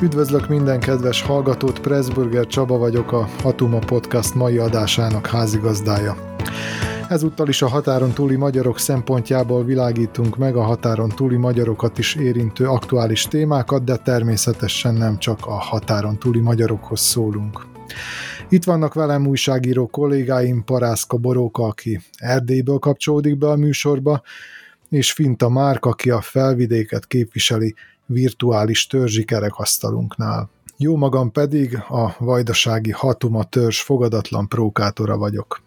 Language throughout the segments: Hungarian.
Üdvözlök minden kedves hallgatót, Pressburger Csaba vagyok, a Hatuma Podcast mai adásának házigazdája. Ezúttal is a határon túli magyarok szempontjából világítunk meg a határon túli magyarokat is érintő aktuális témákat, de természetesen nem csak a határon túli magyarokhoz szólunk. Itt vannak velem újságíró kollégáim, Parászka Boróka, aki Erdélyből kapcsolódik be a műsorba, és Finta Márk, aki a Felvidéket képviseli virtuális törzsi kerekasztalunknál. Jó magam pedig a vajdasági Hatuma törzs fogadatlan prókátora vagyok.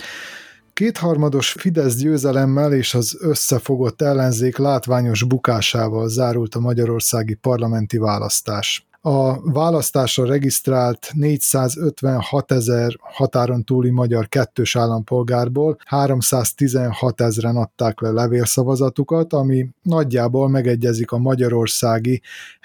Kétharmados Fidesz győzelemmel és az összefogott ellenzék látványos bukásával zárult a magyarországi parlamenti választás. A választásra regisztrált 456 000 határon túli magyar kettős állampolgárból 316 000-en adták le levélszavazatukat, ami nagyjából megegyezik a magyarországi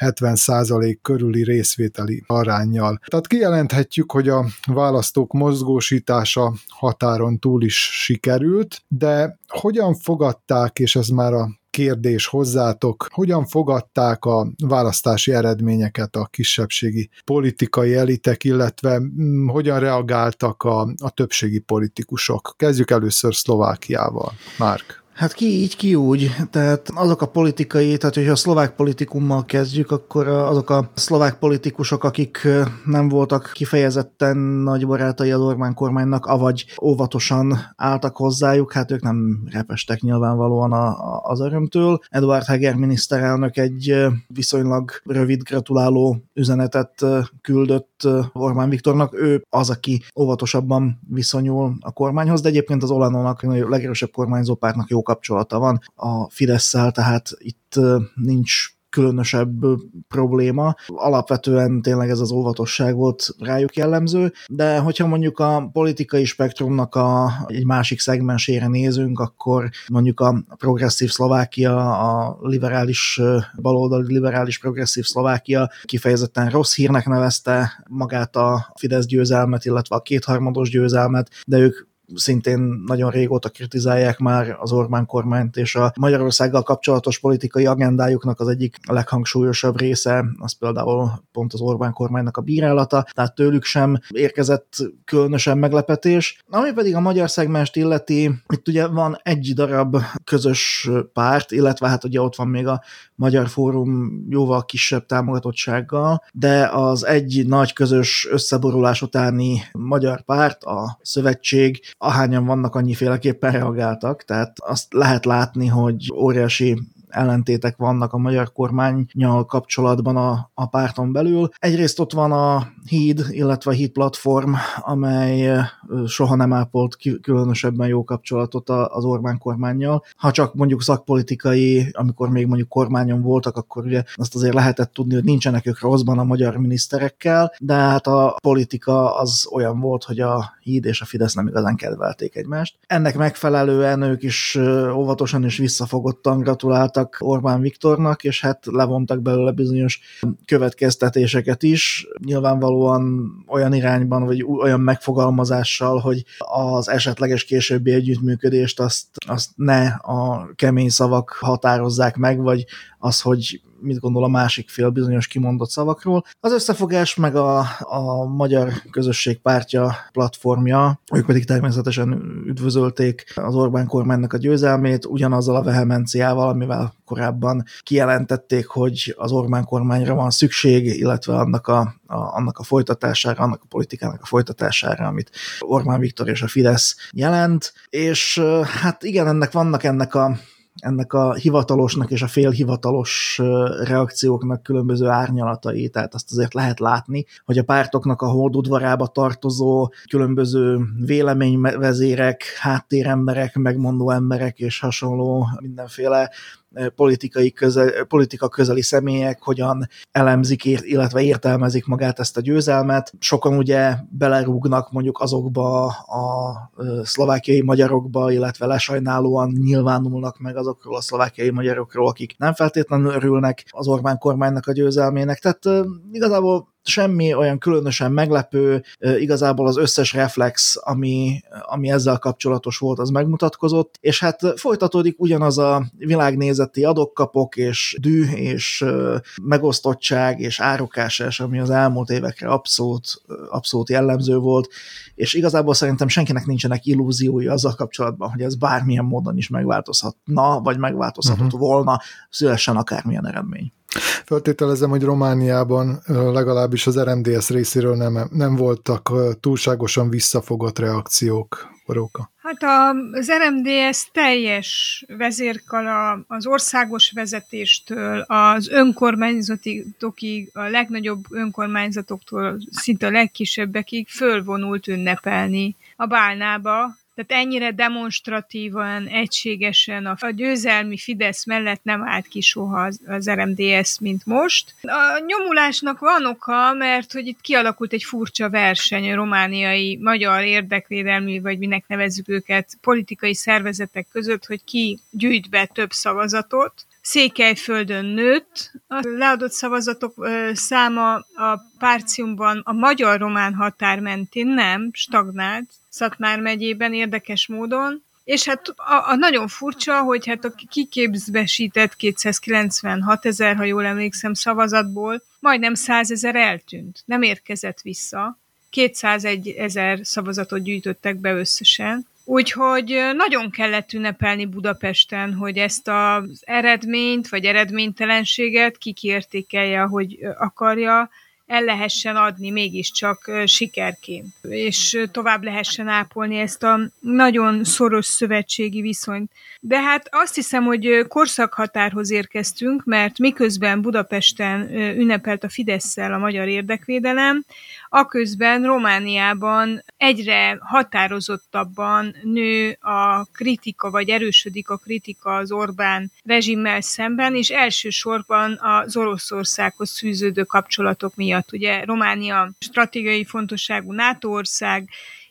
70% körüli részvételi aránnyal. Tehát kijelenthetjük, hogy a választók mozgósítása határon túl is sikerült, de hogyan fogadták, és ez már a kérdés hozzátok, hogyan fogadták a választási eredményeket a kisebbségi politikai elitek, illetve hogyan reagáltak a többségi politikusok? Kezdjük először Szlovákiával. Márk. Hát ki így, ki úgy. Tehát azok a politikai, tehát hogyha a szlovák politikummal kezdjük, akkor azok a szlovák politikusok, akik nem voltak kifejezetten nagy barátai az Orbán kormánynak, avagy óvatosan álltak hozzájuk, hát ők nem repestek nyilvánvalóan az örömtől. Eduard Heger miniszterelnök egy viszonylag rövid gratuláló üzenetet küldött Orbán Viktornak. Ő az, aki óvatosabban viszonyul a kormányhoz, de egyébként az Olanonak, a legerősebb kormányzó pártnak jó kapcsolata van a Fidesszel, tehát itt nincs különösebb probléma. Alapvetően tényleg ez az óvatosság volt rájuk jellemző, de hogyha mondjuk a politikai spektrumnak egy másik szegmensére nézünk, akkor mondjuk a progresszív Szlovákia, a liberális, baloldali liberális progresszív Szlovákia kifejezetten rossz hírnek nevezte magát a Fidesz győzelmet, illetve a kétharmados győzelmet, de ők szintén nagyon régóta kritizálják már az Orbán kormányt, és a Magyarországgal kapcsolatos politikai agendájuknak az egyik leghangsúlyosabb része, az például pont az Orbán kormánynak a bírálata, tehát tőlük sem érkezett különösen meglepetés. Ami pedig a magyar szegmenst illeti, itt ugye van egy darab közös párt, illetve hát ugye ott van még a Magyar Fórum jóval kisebb támogatottsággal, de az egy nagy közös összeborulás utáni magyar párt, a Szövetség, ahányan vannak, annyiféleképpen reagáltak, tehát azt lehet látni, hogy óriási ellentétek vannak a magyar kormánnyal kapcsolatban a párton belül. Egyrészt ott van a Híd, illetve a Híd platform, amely soha nem ápolt különösebben jó kapcsolatot az Orbán kormánnyal. Ha csak mondjuk szakpolitikai, amikor még mondjuk kormányon voltak, akkor ugye azt azért lehetett tudni, hogy nincsenek ők rosszban a magyar miniszterekkel, de hát a politika az olyan volt, hogy a Híd és a Fidesz nem igazán kedvelték egymást. Ennek megfelelően ők is óvatosan és visszafogottan gratuláltak Orbán Viktornak, és hát levontak belőle bizonyos következtetéseket is. Nyilvánvalóan olyan irányban, vagy olyan megfogalmazással, hogy az esetleges későbbi együttműködést azt ne a kemény szavak határozzák meg, vagy az, hogy mit gondol a másik fél bizonyos kimondott szavakról. Az összefogás meg a Magyar Közösség Pártja platformja, ők pedig természetesen üdvözölték az Orbán kormánynak a győzelmét, ugyanazzal a vehemenciával, amivel korábban kijelentették, hogy az Orbán kormányra van szükség, illetve annak a folytatására, annak a politikának a folytatására, amit Orbán Viktor és a Fidesz jelent. És hát igen, ennek a hivatalosnak és a félhivatalos reakcióknak különböző árnyalatai, tehát azt azért lehet látni, hogy a pártoknak a holdudvarába tartozó különböző véleményvezérek, háttéremberek, megmondó emberek és hasonló mindenféle politika közeli személyek hogyan elemzik, illetve értelmezik magát ezt a győzelmet. Sokan ugye belerúgnak mondjuk azokba a szlovákiai magyarokba, illetve lesajnálóan nyilvánulnak meg azokról a szlovákiai magyarokról, akik nem feltétlenül örülnek az Orbán kormánynak a győzelmének. Tehát igazából semmi olyan különösen meglepő, igazából az összes reflex, ami ezzel kapcsolatos volt, az megmutatkozott, és hát folytatódik ugyanaz a világnézeti adok-kapok, és düh, és megosztottság, és árokásás, ami az elmúlt évekre abszolút jellemző volt, és igazából szerintem senkinek nincsenek illúziói azzal kapcsolatban, hogy ez bármilyen módon is megváltozhatna, vagy megváltozhatott volna, szülessen akármilyen eredmény. Feltételezem, hogy Romániában legalábbis az RMDSZ részéről nem voltak túlságosan visszafogott reakciók, Róka. Hát az RMDSZ teljes vezérkala az országos vezetéstől, az önkormányzatokig, a legnagyobb önkormányzatoktól szinte a legkisebbekig fölvonult ünnepelni a Bálnába. Tehát ennyire demonstratívan, egységesen a győzelmi Fidesz mellett nem állt ki soha az RMDSZ, mint most. A nyomulásnak van oka, mert hogy itt kialakult egy furcsa verseny a romániai magyar érdekvédelmi, vagy minek nevezzük őket, politikai szervezetek között, hogy ki gyűjt be több szavazatot. Székelyföldön nőtt a leadott szavazatok száma, a Párciumban a magyar-román határ mentén nem, stagnált, Szatmár megyében érdekes módon, és hát a nagyon furcsa, hogy hát a kiképzbesített 296 000, ha jól emlékszem, szavazatból majdnem 100 000 eltűnt, nem érkezett vissza, 201 000 szavazatot gyűjtöttek be összesen, úgyhogy nagyon kellett ünnepelni Budapesten, hogy ezt az eredményt, vagy eredménytelenséget kiértékelje, ahogy akarja, el lehessen adni mégiscsak sikerként, és tovább lehessen ápolni ezt a nagyon szoros szövetségi viszonyt. De hát azt hiszem, hogy korszakhatárhoz érkeztünk, mert miközben Budapesten ünnepelt a Fidesszel a magyar érdekvédelem, aközben Romániában egyre határozottabban nő a kritika, vagy erősödik a kritika az Orbán rezsimmel szemben, és elsősorban az Oroszországhoz fűződő kapcsolatok miatt. Ugye Románia stratégiai fontosságú NATO ország,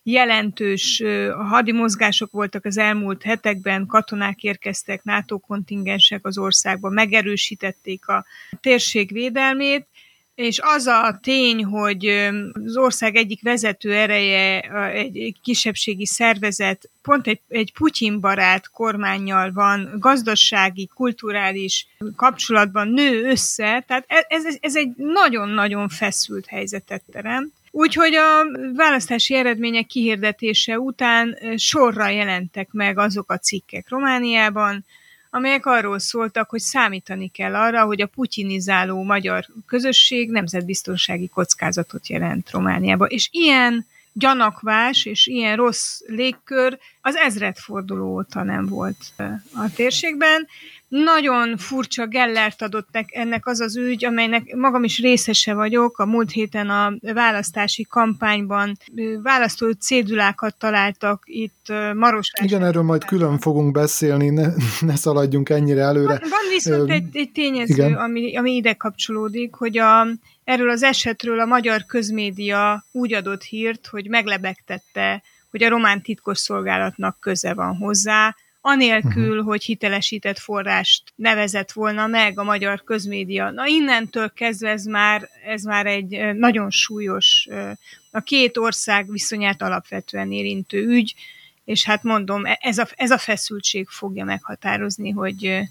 jelentős hadimozgások voltak az elmúlt hetekben, katonák érkeztek, NATO kontingensek az országba, megerősítették a térség védelmét, és az a tény, hogy az ország egyik vezető ereje, egy kisebbségi szervezet pont egy Putyin-barát kormánnyal van gazdasági, kulturális kapcsolatban nő össze, tehát ez egy nagyon-nagyon feszült helyzetet teremt. Úgyhogy a választási eredmények kihirdetése után sorra jelentek meg azok a cikkek Romániában, amelyek arról szóltak, hogy számítani kell arra, hogy a putyinizáló magyar közösség nemzetbiztonsági kockázatot jelent Romániába. És ilyen gyanakvás és ilyen rossz légkör az ezredforduló óta nem volt a térségben. Nagyon furcsa gellert adott ennek az az ügy, amelynek magam is részese vagyok. A múlt héten a választási kampányban választó cédulákat találtak itt Marosvásárhelyen. Igen, erről majd külön fogunk beszélni, ne szaladjunk ennyire előre. Van viszont egy tényező, ami ide kapcsolódik, hogy erről az esetről a magyar közmédia úgy adott hírt, hogy meglebegtette, hogy a román titkosszolgálatnak köze van hozzá, anélkül, hogy hitelesített forrást nevezett volna meg a magyar közmédia. Na innentől kezdve ez már egy nagyon súlyos, a két ország viszonyát alapvetően érintő ügy, és hát mondom, ez a feszültség fogja meghatározni, hogy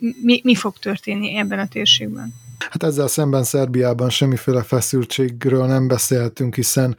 mi fog történni ebben a térségben. Hát ezzel szemben Szerbiában semmiféle feszültségről nem beszéltünk, hiszen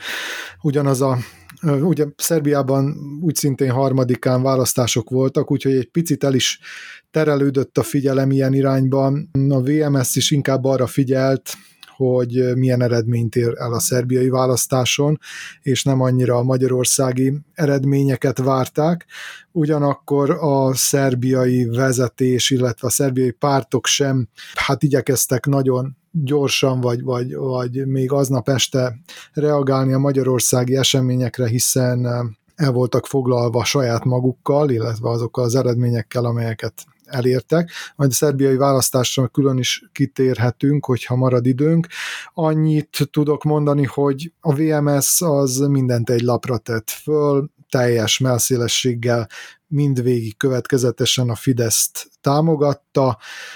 ugye Szerbiában úgy szintén 3-án választások voltak, úgyhogy egy picit el is terelődött a figyelem ilyen irányban. A VMS is inkább arra figyelt, hogy milyen eredményt ér el a szerbiai választáson, és nem annyira a magyarországi eredményeket várták. Ugyanakkor a szerbiai vezetés, illetve a szerbiai pártok sem igyekeztek nagyon gyorsan, vagy még aznap este reagálni a magyarországi eseményekre, hiszen el voltak foglalva saját magukkal, illetve azokkal az eredményekkel, amelyeket elértek. Majd a szerbiai választásra külön is kitérhetünk, hogyha marad időnk. Annyit tudok mondani, hogy a VMS az mindent egy lapra tett föl, teljes mellszélességgel mindvégig következetesen a Fideszt támogatta,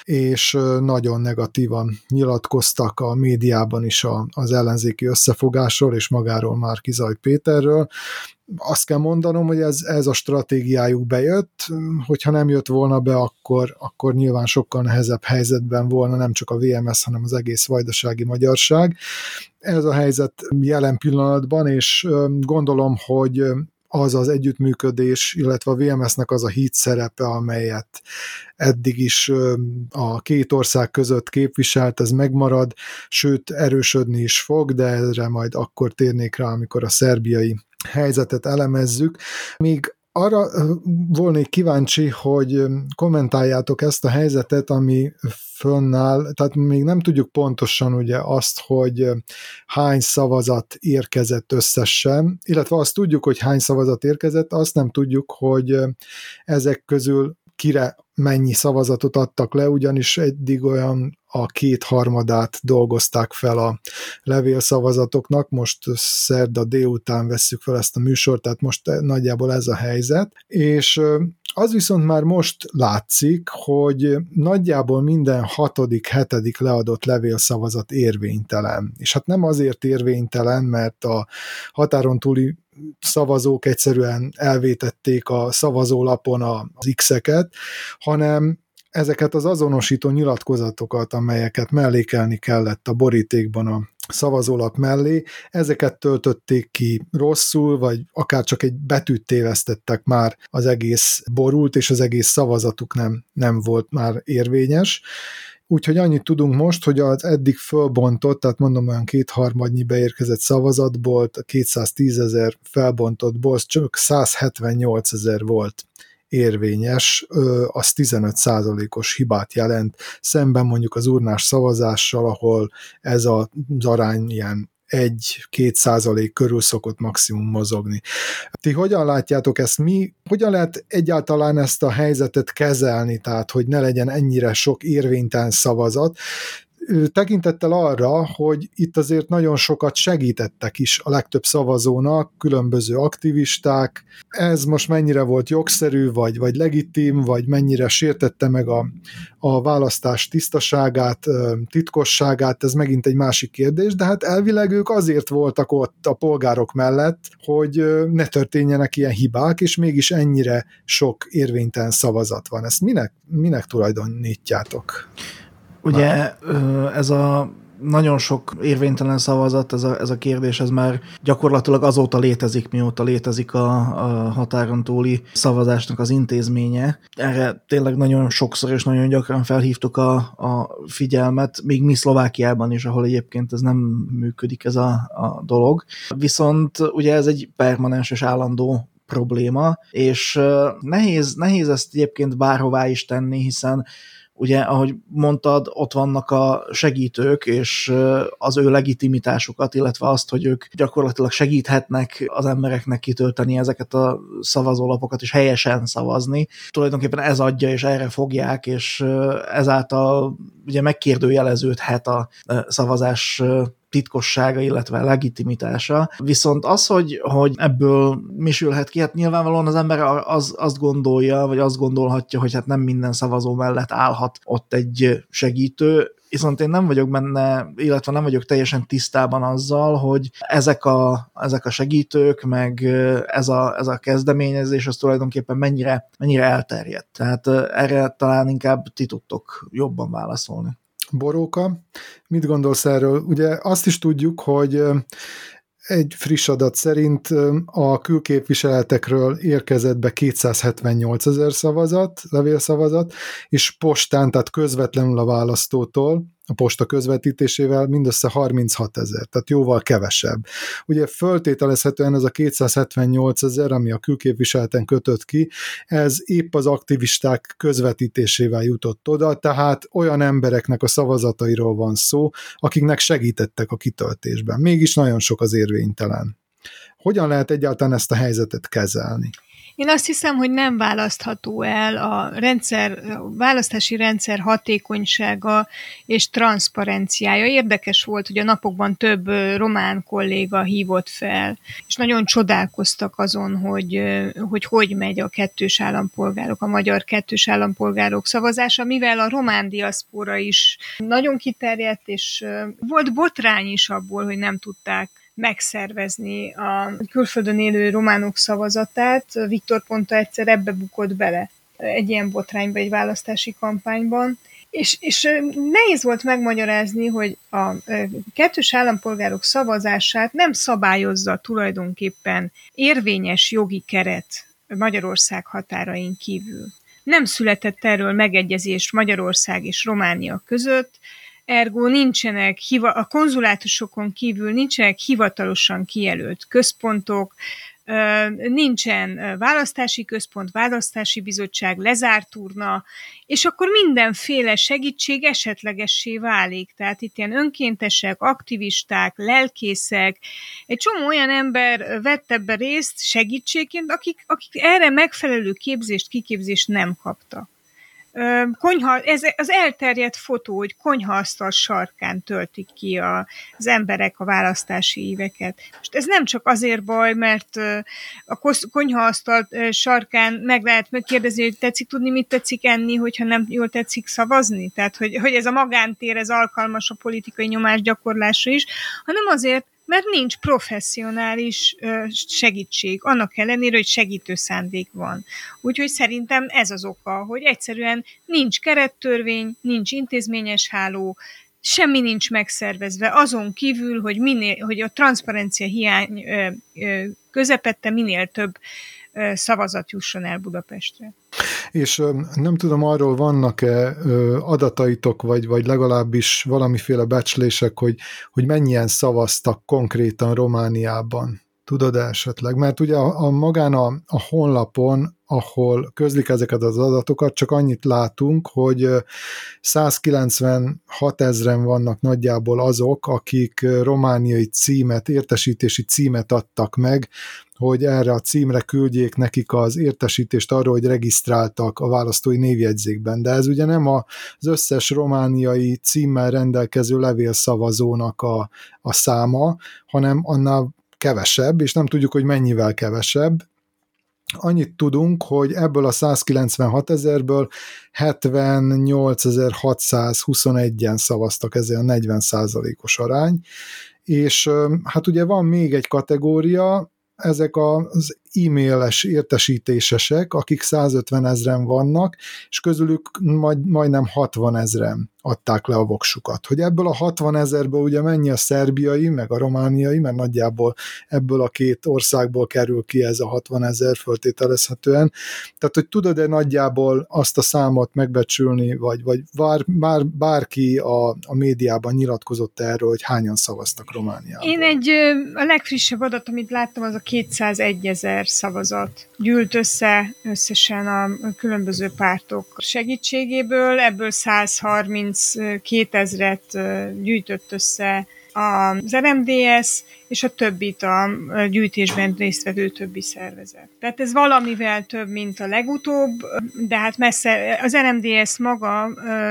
és nagyon negatívan nyilatkoztak a médiában is az ellenzéki összefogásról, és magáról Márki-Zay Péterről. Azt kell mondanom, hogy ez a stratégiájuk bejött, hogyha nem jött volna be, akkor nyilván sokkal nehezebb helyzetben volna nem csak a VMS, hanem az egész vajdasági magyarság. Ez a helyzet jelen pillanatban, és gondolom, hogy az együttműködés, illetve a VMS-nek az a híd szerepe, amelyet eddig is a két ország között képviselt, ez megmarad, sőt erősödni is fog, de erre majd akkor térnék rá, amikor a szerbiai helyzetet elemezzük. Még arra volnék kíváncsi, hogy kommentáljátok ezt a helyzetet, ami fönnáll, tehát még nem tudjuk pontosan ugye azt, hogy hány szavazat érkezett összesen, illetve azt tudjuk, hogy hány szavazat érkezett, azt nem tudjuk, hogy ezek közül kire mennyi szavazatot adtak le, ugyanis eddig olyan a 2/3 dolgozták fel a levélszavazatoknak, most szerda délután vesszük fel ezt a műsort, tehát most nagyjából ez a helyzet, és az viszont már most látszik, hogy nagyjából minden 6.-7. leadott levélszavazat érvénytelen. És hát nem azért érvénytelen, mert a határon túli szavazók egyszerűen elvétették a szavazólapon az X-eket, hanem ezeket az azonosító nyilatkozatokat, amelyeket mellékelni kellett a borítékban a szavazólap mellé, ezeket töltötték ki rosszul, vagy akár csak egy betűt tévesztettek, már az egész borult, és az egész szavazatuk nem volt már érvényes. Úgyhogy annyit tudunk most, hogy az eddig fölbontott, tehát mondom olyan 2/3 beérkezett szavazatból, a 210 000 felbontottból, csak 178 000 volt érvényes, az 15%-os hibát jelent, szemben mondjuk az urnás szavazással, ahol ez az arány ilyen 1-2% körül szokott maximum mozogni. Ti hogyan látjátok ezt? Hogyan lehet egyáltalán ezt a helyzetet kezelni, tehát hogy ne legyen ennyire sok érvénytelen szavazat? Tekintettel arra, hogy itt azért nagyon sokat segítettek is a legtöbb szavazónak, különböző aktivisták. Ez most mennyire volt jogszerű, vagy legitim, vagy mennyire sértette meg a választás tisztaságát, titkosságát, ez megint egy másik kérdés, de hát elvileg ők azért voltak ott a polgárok mellett, hogy ne történjenek ilyen hibák, és mégis ennyire sok érvénytelen szavazat van. Ezt minek tulajdonítjátok? Ugye ez a nagyon sok érvénytelen szavazat, ez a kérdés, ez már gyakorlatilag azóta létezik, mióta létezik a határon túli szavazásnak az intézménye. Erre tényleg nagyon sokszor és nagyon gyakran felhívtuk a figyelmet, még mi Szlovákiában is, ahol egyébként ez nem működik ez a dolog. Viszont ugye ez egy permanens és állandó probléma, és nehéz ezt egyébként bárhová is tenni, hiszen ugye, ahogy mondtad, ott vannak a segítők, és az ő legitimitásukat, illetve azt, hogy ők gyakorlatilag segíthetnek az embereknek kitölteni ezeket a szavazólapokat, és helyesen szavazni. Tulajdonképpen ez adja, és erre fogják, és ezáltal ugye megkérdőjeleződhet a szavazás titkossága, illetve legitimitása. Viszont az, hogy ebből mi sülhet ki, hát nyilvánvalóan az ember azt gondolja, vagy azt gondolhatja, hogy hát nem minden szavazó mellett állhat ott egy segítő, viszont én nem vagyok benne, illetve nem vagyok teljesen tisztában azzal, hogy ezek a segítők, meg ez a kezdeményezés, az tulajdonképpen mennyire elterjedt. Tehát erre talán inkább ti tudtok jobban válaszolni. Boróka, mit gondolsz erről? Ugye azt is tudjuk, hogy egy friss adat szerint a külképviseletekről érkezett be 278 000 levélszavazat, és postán, tehát közvetlenül a választótól, a posta közvetítésével mindössze 36 000, tehát jóval kevesebb. Ugye föltételezhetően ez a 278 000, ami a külképviseleten kötött ki, ez épp az aktivisták közvetítésével jutott oda, tehát olyan embereknek a szavazatairól van szó, akiknek segítettek a kitöltésben. Mégis nagyon sok az érvénytelen. hogyan lehet egyáltalán ezt a helyzetet kezelni? Én azt hiszem, hogy nem választható el a választási rendszer hatékonysága és transzparenciája. Érdekes volt, hogy a napokban több román kolléga hívott fel, és nagyon csodálkoztak azon, hogy megy a kettős állampolgárok, a magyar kettős állampolgárok szavazása, mivel a román diaszpora is nagyon kiterjedt, és volt botrány is abból, hogy nem tudták megszervezni a külföldön élő románok szavazatát. Viktor Ponta egyszer ebbe bukott bele egy ilyen botrányba, egy választási kampányban. És nehéz volt megmagyarázni, hogy a kettős állampolgárok szavazását nem szabályozza tulajdonképpen érvényes jogi keret Magyarország határain kívül. Nem született erről megegyezés Magyarország és Románia között, ergo nincsenek, a konzulátusokon kívül nincsenek hivatalosan kijelölt központok, nincsen választási központ, választási bizottság, lezárt urna, és akkor mindenféle segítség esetlegessé válik. Tehát itt ilyen önkéntesek, aktivisták, lelkészek, egy csomó olyan ember vett ebbe részt segítségként, akik erre megfelelő kiképzést nem kaptak. Ez az elterjedt fotó, hogy konyhaasztal sarkán töltik ki az emberek a választási éveket. Most ez nem csak azért baj, mert a konyhaasztal sarkán meg lehet megkérdezni, hogy tetszik tudni, mit tetszik enni, hogyha nem jól tetszik szavazni. Tehát, hogy ez a magántér, ez alkalmas a politikai nyomás gyakorlásra is, hanem azért, mert nincs professzionális segítség, annak ellenére, hogy segítő szándék van. Úgyhogy szerintem ez az oka, hogy egyszerűen nincs kerettörvény, nincs intézményes háló, semmi nincs megszervezve, azon kívül, hogy a transzparencia hiány közepette minél több szavazat jusson el Budapestre. És nem tudom, arról vannak-e adataitok, vagy legalábbis valamiféle becslések, hogy mennyien szavaztak konkrétan Romániában? Tudod esetleg? Mert ugye magán a honlapon, ahol közlik ezeket az adatokat, csak annyit látunk, hogy 196 000 vannak nagyjából azok, akik romániai címet, értesítési címet adtak meg, hogy erre a címre küldjék nekik az értesítést arról, hogy regisztráltak a választói névjegyzékben. De ez ugye nem az összes romániai címmel rendelkező levélszavazónak a száma, hanem annál kevesebb, és nem tudjuk, hogy mennyivel kevesebb. Annyit tudunk, hogy ebből a 196 000-ből 78 621-en szavaztak, ez a 40%-os arány, és hát ugye van még egy kategória, ezek az e-mailes értesítésesek, akik 150 000 vannak, és közülük majdnem 60 000 adták le a voksukat. Hogy ebből a 60 000-ből ugye mennyi a szerbiai, meg a romániai, mert nagyjából ebből a két országból kerül ki ez a 60 000 föltételezhetően. Tehát, hogy tudod-e nagyjából azt a számot megbecsülni, vagy bárki a médiában nyilatkozott erről, hogy hányan szavaztak Romániában? Én a legfrissebb adat, amit láttam, az a 201 000 szavazat gyűlt összesen a különböző pártok segítségéből, ebből 132 000 gyűjtött össze az RMDS, és a többit a gyűjtésben résztvevő többi szervezet. Tehát ez valamivel több, mint a legutóbb, de hát messze az RMDS maga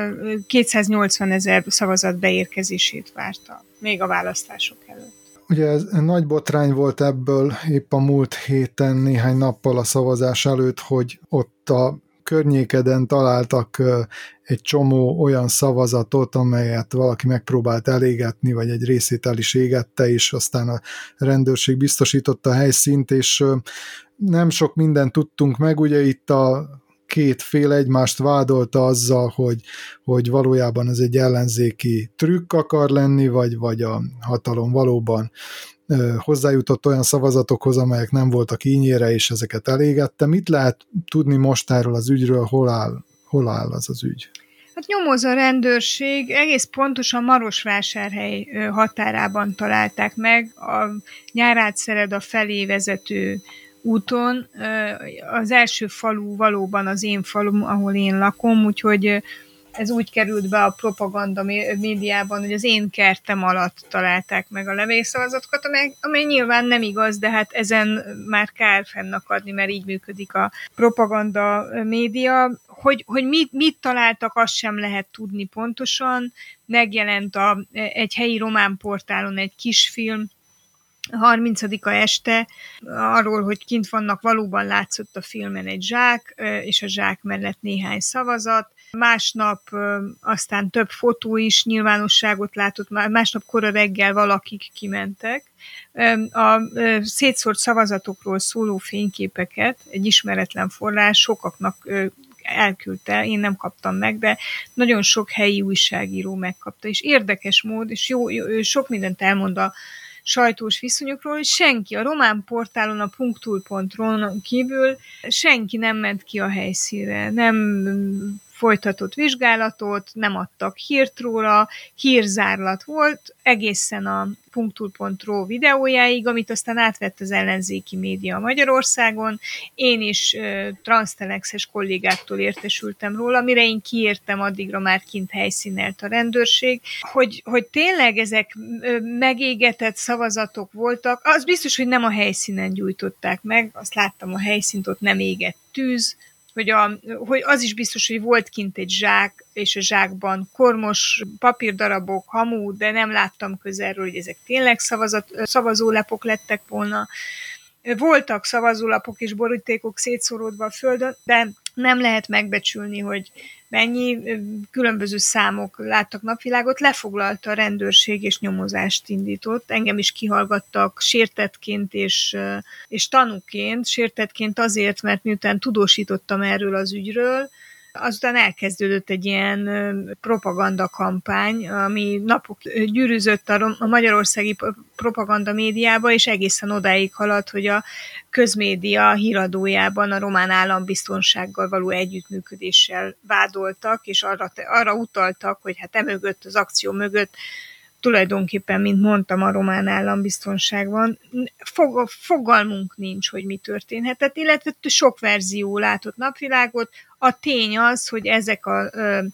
280 000 szavazat beérkezését várta, még a választások előtt. Ugye ez nagy botrány volt ebből épp a múlt héten, néhány nappal a szavazás előtt, hogy ott a környékeden találtak egy csomó olyan szavazatot, amelyet valaki megpróbált elégetni, vagy egy részét el is égette, és aztán a rendőrség biztosította a helyszínt, és nem sok mindent tudtunk meg, ugye itt a két fél egymást vádolta azzal, hogy valójában ez egy ellenzéki trükk akar lenni, vagy a hatalom valóban hozzájutott olyan szavazatokhoz, amelyek nem voltak ínyére, és ezeket elégette. Mit lehet tudni most erről az ügyről, hol áll az ügy? Hát nyomoz a rendőrség, egész pontosan Marosvásárhely határában találták meg, a Nyárádszereda felé vezető úton. Az első falu valóban az én falum, ahol én lakom, úgyhogy ez úgy került be a propaganda médiában, hogy az én kertem alatt találták meg a levélszavazatokat, amely nyilván nem igaz, de hát ezen már kár fennakadni, mert így működik a propaganda média. Hogy mit találtak, azt sem lehet tudni pontosan. Megjelent egy helyi román portálon egy kisfilm, 30-a este, arról, hogy kint vannak, valóban látszott a filmen egy zsák, és a zsák mellett néhány szavazat. Másnap aztán több fotó is nyilvánosságot látott, másnap kora reggel valakik kimentek. A szétszórt szavazatokról szóló fényképeket egy ismeretlen forrás sokaknak elküldte, én nem kaptam meg, de nagyon sok helyi újságíró megkapta, és érdekes mód, és jó sok mindent elmond a sajtós viszonyokról, hogy senki a román portálon, a punktul.ron kívül senki nem ment ki a helyszínre, nem folytatott vizsgálatot, nem adtak hírt róla, hírzárlat volt, egészen a punktul.ro videójáig, amit aztán átvett az ellenzéki média Magyarországon. Én is transztelexes kollégáktól értesültem róla, mire én kiértem, addigra már kint helyszínelt a rendőrség. Hogy tényleg ezek megégetett szavazatok voltak, az biztos, hogy nem a helyszínen gyújtották meg, azt láttam a helyszínt, ott nem égett tűz, hogy az is biztos, hogy volt kint egy zsák, és a zsákban kormos papírdarabok, hamu, de nem láttam közelről, hogy ezek tényleg szavazólapok lettek volna. Voltak szavazólapok és borítékok szétszóródva a földön, de nem lehet megbecsülni, hogy mennyi különböző számok láttak napvilágot, lefoglalta a rendőrség és nyomozást indított. Engem is kihallgattak sértettként és tanúként. Sértettként azért, mert miután tudósítottam erről az ügyről, azután elkezdődött egy ilyen propagandakampány, ami napok gyűrűzött a magyarországi propaganda médiába, és egészen odáig haladt, hogy a közmédia híradójában a román állambiztonsággal való együttműködéssel vádoltak, és arra utaltak, hogy hát emögött, az akció mögött tulajdonképpen, mint mondtam, a román állambiztonság van. Fogalmunk nincs, hogy mi történhetett, illetve sok verzió látott napvilágot. A tény az, hogy ezek a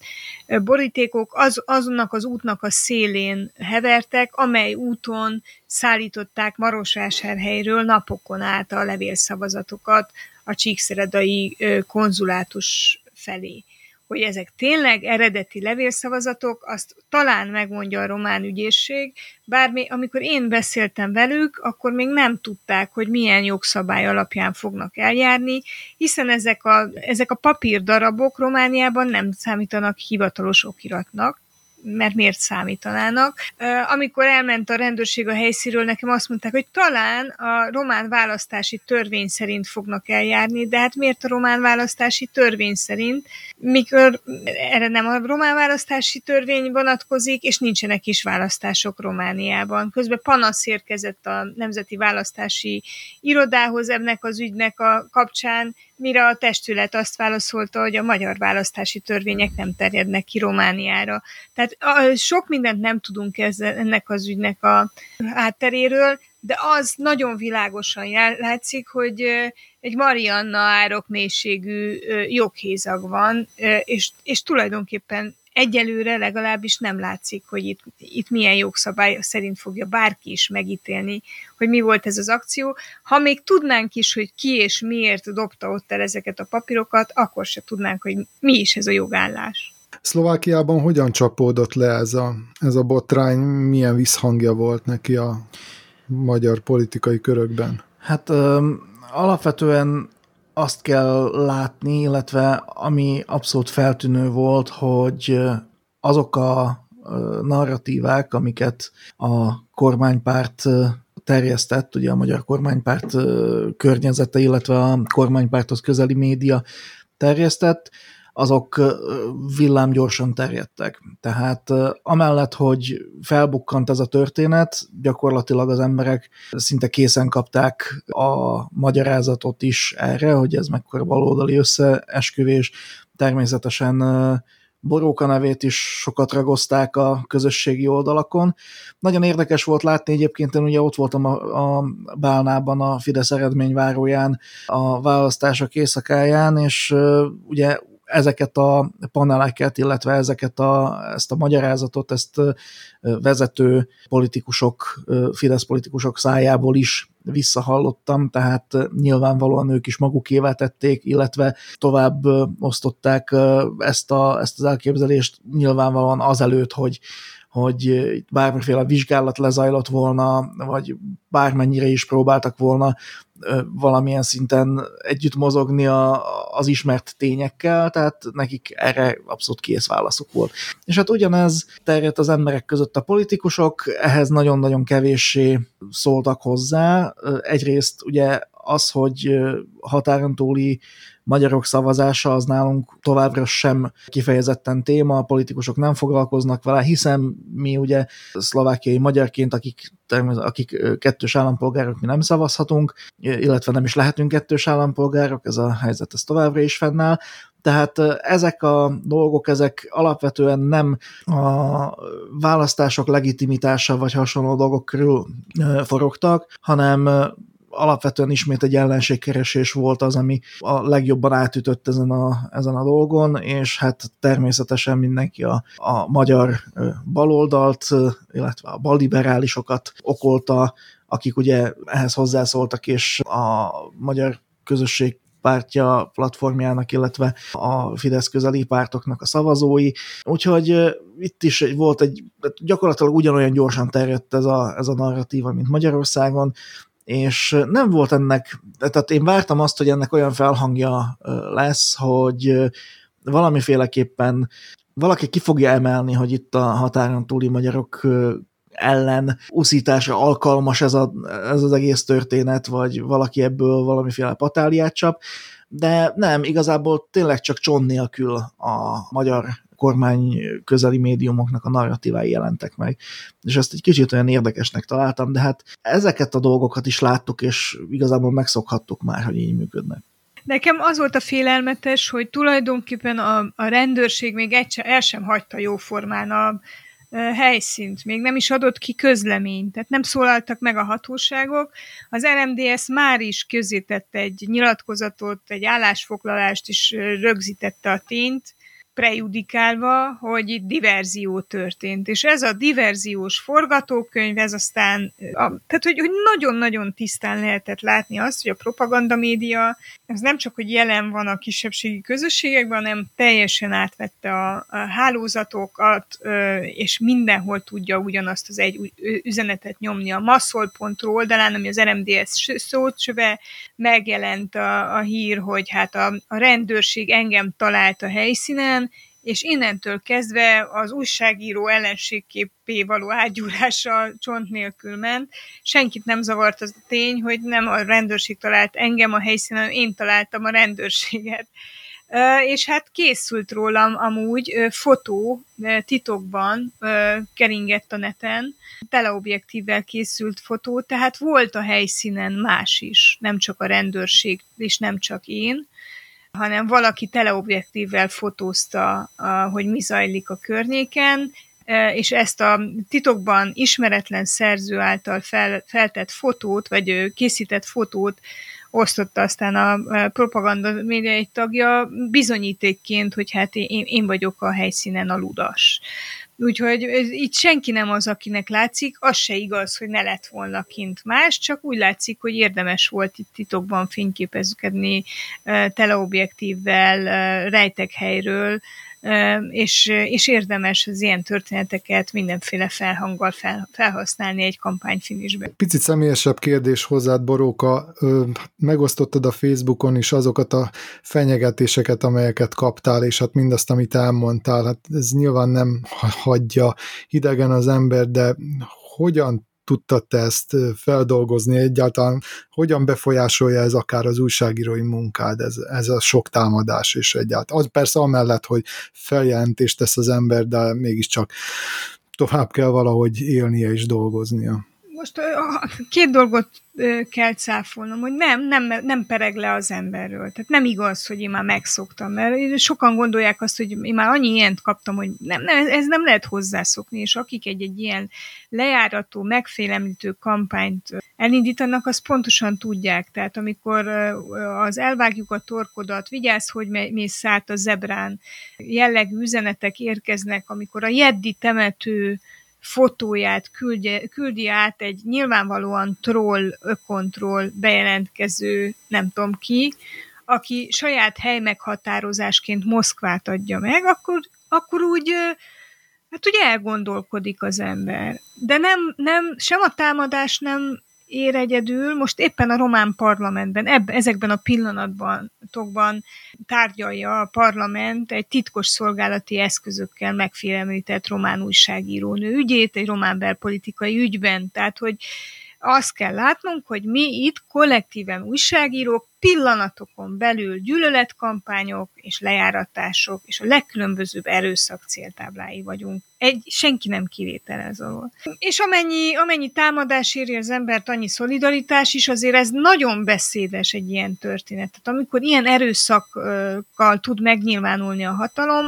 borítékok azonnak az útnak a szélén hevertek, amely úton szállították Marosvásárhelyről napokon át a levélszavazatokat a csíkszeredai konzulátus felé. Hogy ezek tényleg eredeti levélszavazatok, azt talán megmondja a román ügyészség, bár amikor én beszéltem velük, akkor még nem tudták, hogy milyen jogszabály alapján fognak eljárni, hiszen ezek a papírdarabok Romániában nem számítanak hivatalos okiratnak, mert miért számítanának. Amikor elment a rendőrség a helyszínről, nekem azt mondták, hogy talán a román választási törvény szerint fognak eljárni, de hát miért a román választási törvény szerint, mikor erre nem a román választási törvény vonatkozik, és nincsenek is választások Romániában. Közben panasz érkezett a Nemzeti Választási Irodához ennek az ügynek a kapcsán, mire a testület azt válaszolta, hogy a magyar választási törvények nem terjednek ki Romániára. Tehát sok mindent nem tudunk ennek az ügynek a hátteréről, de az nagyon világosan látszik, hogy egy Marianna árokmélységű joghézag van, és tulajdonképpen egyelőre legalábbis nem látszik, hogy itt milyen jogszabály szerint fogja bárki is megítélni, hogy mi volt ez az akció. Ha még tudnánk is, hogy ki és miért dobta ott el ezeket a papírokat, akkor se tudnánk, hogy mi is ez a jogállás. Szlovákiában hogyan csapódott le ez a botrány, milyen visszhangja volt neki a magyar politikai körökben? Hát alapvetően azt kell látni, illetve ami abszolút feltűnő volt, hogy azok a narratívák, amiket a kormánypárt terjesztett, ugye a magyar kormánypárt környezete, illetve a kormánypárthoz közeli média terjesztett, azok villámgyorsan terjedtek. Tehát amellett, hogy felbukkant ez a történet, gyakorlatilag az emberek szinte készen kapták a magyarázatot is erre, hogy ez mekkora baloldali összeesküvés. Természetesen Boróka nevét is sokat ragozták a közösségi oldalakon. Nagyon érdekes volt látni egyébként, én ugye ott voltam a Bálnában, a Fidesz eredményváróján, a választások éjszakáján, és ugye ezeket a paneleket, illetve ezt a magyarázatot, ezt vezető politikusok, Fidesz politikusok szájából is visszahallottam, tehát nyilvánvalóan ők is magukévá tették, illetve tovább osztották ezt az elképzelést nyilvánvalóan azelőtt, hogy bármiféle vizsgálat lezajlott volna, vagy bármennyire is próbáltak volna valamilyen szinten együtt mozogni az ismert tényekkel, tehát nekik erre abszolút kész válaszuk volt. És hát ugyanez terjedt az emberek között a politikusok, ehhez nagyon-nagyon kevéssé szóltak hozzá. Egyrészt ugye az, hogy határon túli magyarok szavazása az nálunk továbbra sem kifejezetten téma, a politikusok nem foglalkoznak vele, hiszen mi ugye szlovákiai magyarként, akik kettős állampolgárok, mi nem szavazhatunk, illetve nem is lehetünk kettős állampolgárok, ez a helyzet ez továbbra is fennáll. Tehát ezek a dolgok, ezek alapvetően nem a választások legitimitása vagy hasonló dolgok körül forogtak, hanem alapvetően ismét egy ellenségkeresés volt az, ami a legjobban átütött ezen a dolgon, és hát természetesen mindenki a magyar baloldalt, illetve a balliberálisokat okolta, akik ugye ehhez hozzászóltak, és a magyar közösség pártja platformjának, illetve a Fidesz közeli pártoknak a szavazói. Úgyhogy itt is volt gyakorlatilag ugyanolyan gyorsan terjedt ez a narratíva, mint Magyarországon, és nem volt ennek, tehát én vártam azt, hogy ennek olyan felhangja lesz, hogy valamiféleképpen valaki ki fogja emelni, hogy itt a határon túli magyarok ellen uszításra alkalmas ez az egész történet, vagy valaki ebből valamiféle patáliát csap, de nem, igazából tényleg csak csont nélkül a magyar kormány közeli médiumoknak a narratívái jelentek meg. És ezt egy kicsit olyan érdekesnek találtam, de hát ezeket a dolgokat is láttuk, és igazából megszokhattuk már, hogy így működnek. Nekem az volt a félelmetes, hogy tulajdonképpen a rendőrség még el sem hagyta jóformán a helyszínt, még nem is adott ki közleményt, tehát nem szólaltak meg a hatóságok. Az RMDSZ már is közzétette egy nyilatkozatot, egy állásfoglalást is rögzítette a tényt, prejudikálva, hogy itt diverzió történt. És ez a diverziós forgatókönyv, ez aztán, tehát hogy nagyon-nagyon tisztán lehetett látni azt, hogy a propagandamédia, ez nem csak, hogy jelen van a kisebbségi közösségekben, hanem teljesen átvette a hálózatokat, és mindenhol tudja ugyanazt az egy üzenetet nyomni. A masszol.ru oldalán, ami az RMDSZ szócsöve, megjelent a hír, hogy hát a rendőrség engem talált a helyszínen, és innentől kezdve az újságíró ellenségképpé való átgyúrása csont nélkül ment. Senkit nem zavart az a tény, hogy nem a rendőrség talált engem a helyszínen, én találtam a rendőrséget. És hát készült rólam amúgy fotó, titokban keringett a neten, teleobjektívvel készült fotó, tehát volt a helyszínen más is, nem csak a rendőrség, és nem csak én, hanem valaki teleobjektívvel fotózta, hogy mi zajlik a környéken, és ezt a titokban ismeretlen szerző által feltett fotót, vagy készített fotót osztotta aztán a propaganda média egy tagja bizonyítékként, hogy hát én vagyok a helyszínen a ludas. Úgyhogy itt senki nem az, akinek látszik, az se igaz, hogy ne lett volna kint más, csak úgy látszik, hogy érdemes volt itt titokban fényképezkedni teleobjektívvel, rejtekhelyről, és érdemes az ilyen történeteket mindenféle felhanggal felhasználni egy kampányfinisbe. Picit személyesebb kérdés hozzád, Boróka. Megosztottad a Facebookon is azokat a fenyegetéseket, amelyeket kaptál, és hát mindazt, amit elmondtál. Hát ez nyilván nem hagyja hidegen az ember, de hogyan tudtad te ezt feldolgozni egyáltalán? Hogyan befolyásolja ez akár az újságírói munkád, ez a sok támadás és egyáltalán? Az persze amellett, hogy feljelentést tesz az ember, de mégiscsak tovább kell valahogy élnie és dolgoznia. Most két dolgot kell cáfolnom, hogy nem pereg le az emberről. Tehát nem igaz, hogy én már megszoktam, mert sokan gondolják azt, hogy én már annyi ilyent kaptam, hogy ez nem lehet hozzászokni, és akik egy ilyen lejárató, megfélemlítő kampányt elindítanak, azt pontosan tudják. Tehát amikor az elvágjuk a torkodat, vigyázz, hogy mész át a zebrán, jellegű üzenetek érkeznek, amikor a jeddi temető fotóját küldi át egy nyilvánvalóan troll, ökontroll bejelentkező nem tudom ki, aki saját helymeghatározásként Moszkvát adja meg, akkor úgy elgondolkodik az ember. De nem sem a támadás nem ér egyedül, most éppen a román parlamentben, ezekben a pillanatban tárgyalja a parlament egy titkos szolgálati eszközökkel megfélemlített román újságírónő ügyét, egy román belpolitikai ügyben. Tehát, hogy azt kell látnunk, hogy mi itt kollektíven újságírók pillanatokon belül gyűlöletkampányok és lejáratások és a legkülönbözőbb erőszak céltáblái vagyunk. Senki nem kivétel ez alól. És amennyi támadás éri az embert, annyi szolidaritás is, azért ez nagyon beszédes egy ilyen történet. Tehát amikor ilyen erőszakkal tud megnyilvánulni a hatalom,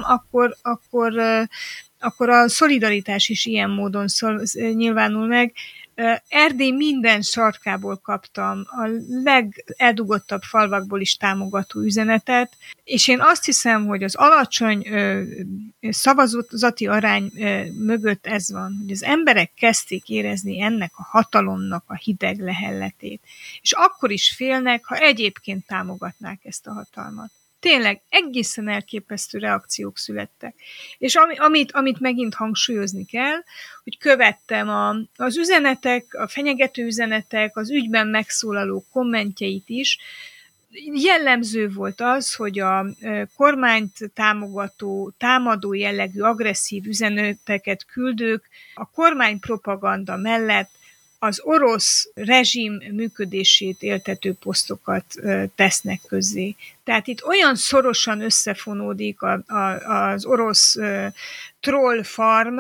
akkor a szolidaritás is ilyen módon nyilvánul meg. Erdély minden sarkából kaptam a legeldugottabb falvakból is támogató üzenetet, és én azt hiszem, hogy az alacsony szavazati arány mögött ez van, hogy az emberek kezdték érezni ennek a hatalomnak a hideg lehelletét, és akkor is félnek, ha egyébként támogatnák ezt a hatalmat. Tényleg egészen elképesztő reakciók születtek. És amit megint hangsúlyozni kell, hogy követtem az üzenetek, a fenyegető üzenetek, az ügyben megszólaló kommentjeit is. Jellemző volt az, hogy a kormányt támadó jellegű agresszív üzeneteket küldők a kormány propaganda mellett az orosz rezsim működését éltető posztokat tesznek közzé. Tehát itt olyan szorosan összefonódik az orosz troll farm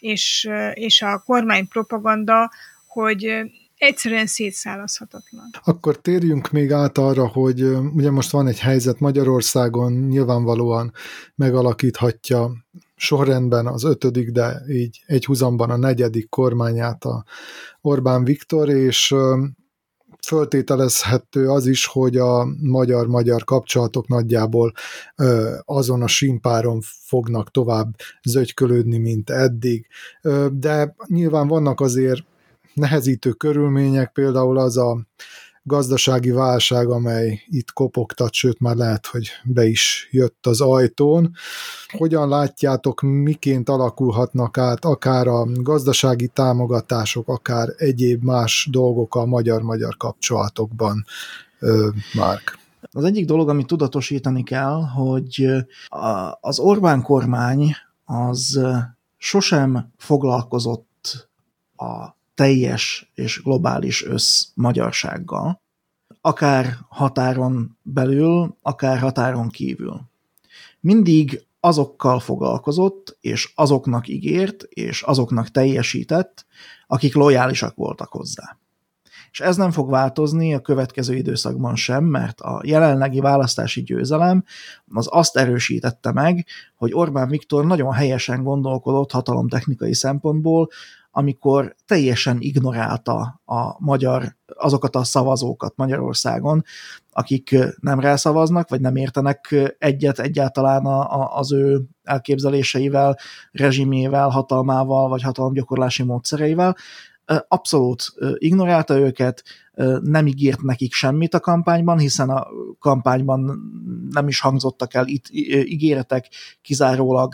és a kormány propaganda, hogy egyszerűen szétszállazhatatlan. Akkor térjünk még át arra, hogy ugye most van egy helyzet Magyarországon, nyilvánvalóan megalakíthatja sorrendben az 5., de így egyhuzamban a 4. kormányát a Orbán Viktor, és föltételezhető az is, hogy a magyar-magyar kapcsolatok nagyjából azon a símpáron fognak tovább zögykölődni, mint eddig. De nyilván vannak azért nehezítő körülmények, például az a gazdasági válság, amely itt kopogtat, sőt már lehet, hogy be is jött az ajtón. Hogyan látjátok, miként alakulhatnak át akár a gazdasági támogatások, akár egyéb más dolgok a magyar-magyar kapcsolatokban, Márk? Az egyik dolog, amit tudatosítani kell, hogy az Orbán kormány az sosem foglalkozott a teljes és globális magyarsággal, akár határon belül, akár határon kívül. Mindig azokkal foglalkozott, és azoknak ígért, és azoknak teljesített, akik lojálisak voltak hozzá. És ez nem fog változni a következő időszakban sem, mert a jelenlegi választási győzelem az azt erősítette meg, hogy Orbán Viktor nagyon helyesen gondolkodott hatalomtechnikai szempontból, amikor teljesen ignorálta azokat a szavazókat Magyarországon, akik nem rászavaznak, vagy nem értenek egyet egyáltalán az ő elképzeléseivel, rezsimjével, hatalmával, vagy hatalomgyakorlási módszereivel. Abszolút ignorálta őket, nem ígért nekik semmit a kampányban, hiszen a kampányban nem is hangzottak el itt ígéretek, kizárólag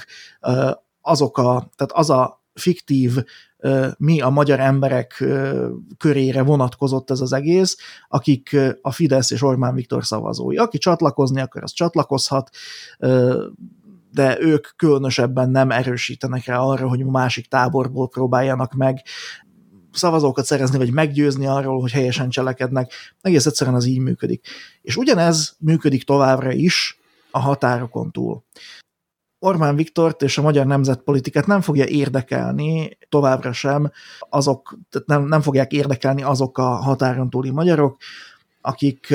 tehát az a fiktív, mi a magyar emberek körére vonatkozott ez az egész, akik a Fidesz és Orbán Viktor szavazói. Aki csatlakozni akar, az csatlakozhat, de ők különösebben nem erősítenek rá arra, hogy a másik táborból próbáljanak meg szavazókat szerezni, vagy meggyőzni arról, hogy helyesen cselekednek. Egész egyszerűen az így működik. És ugyanez működik továbbra is a határokon túl. Orbán Viktort és a magyar nemzetpolitikát nem fogja érdekelni továbbra sem nem fogják érdekelni azok a határon túli magyarok, akik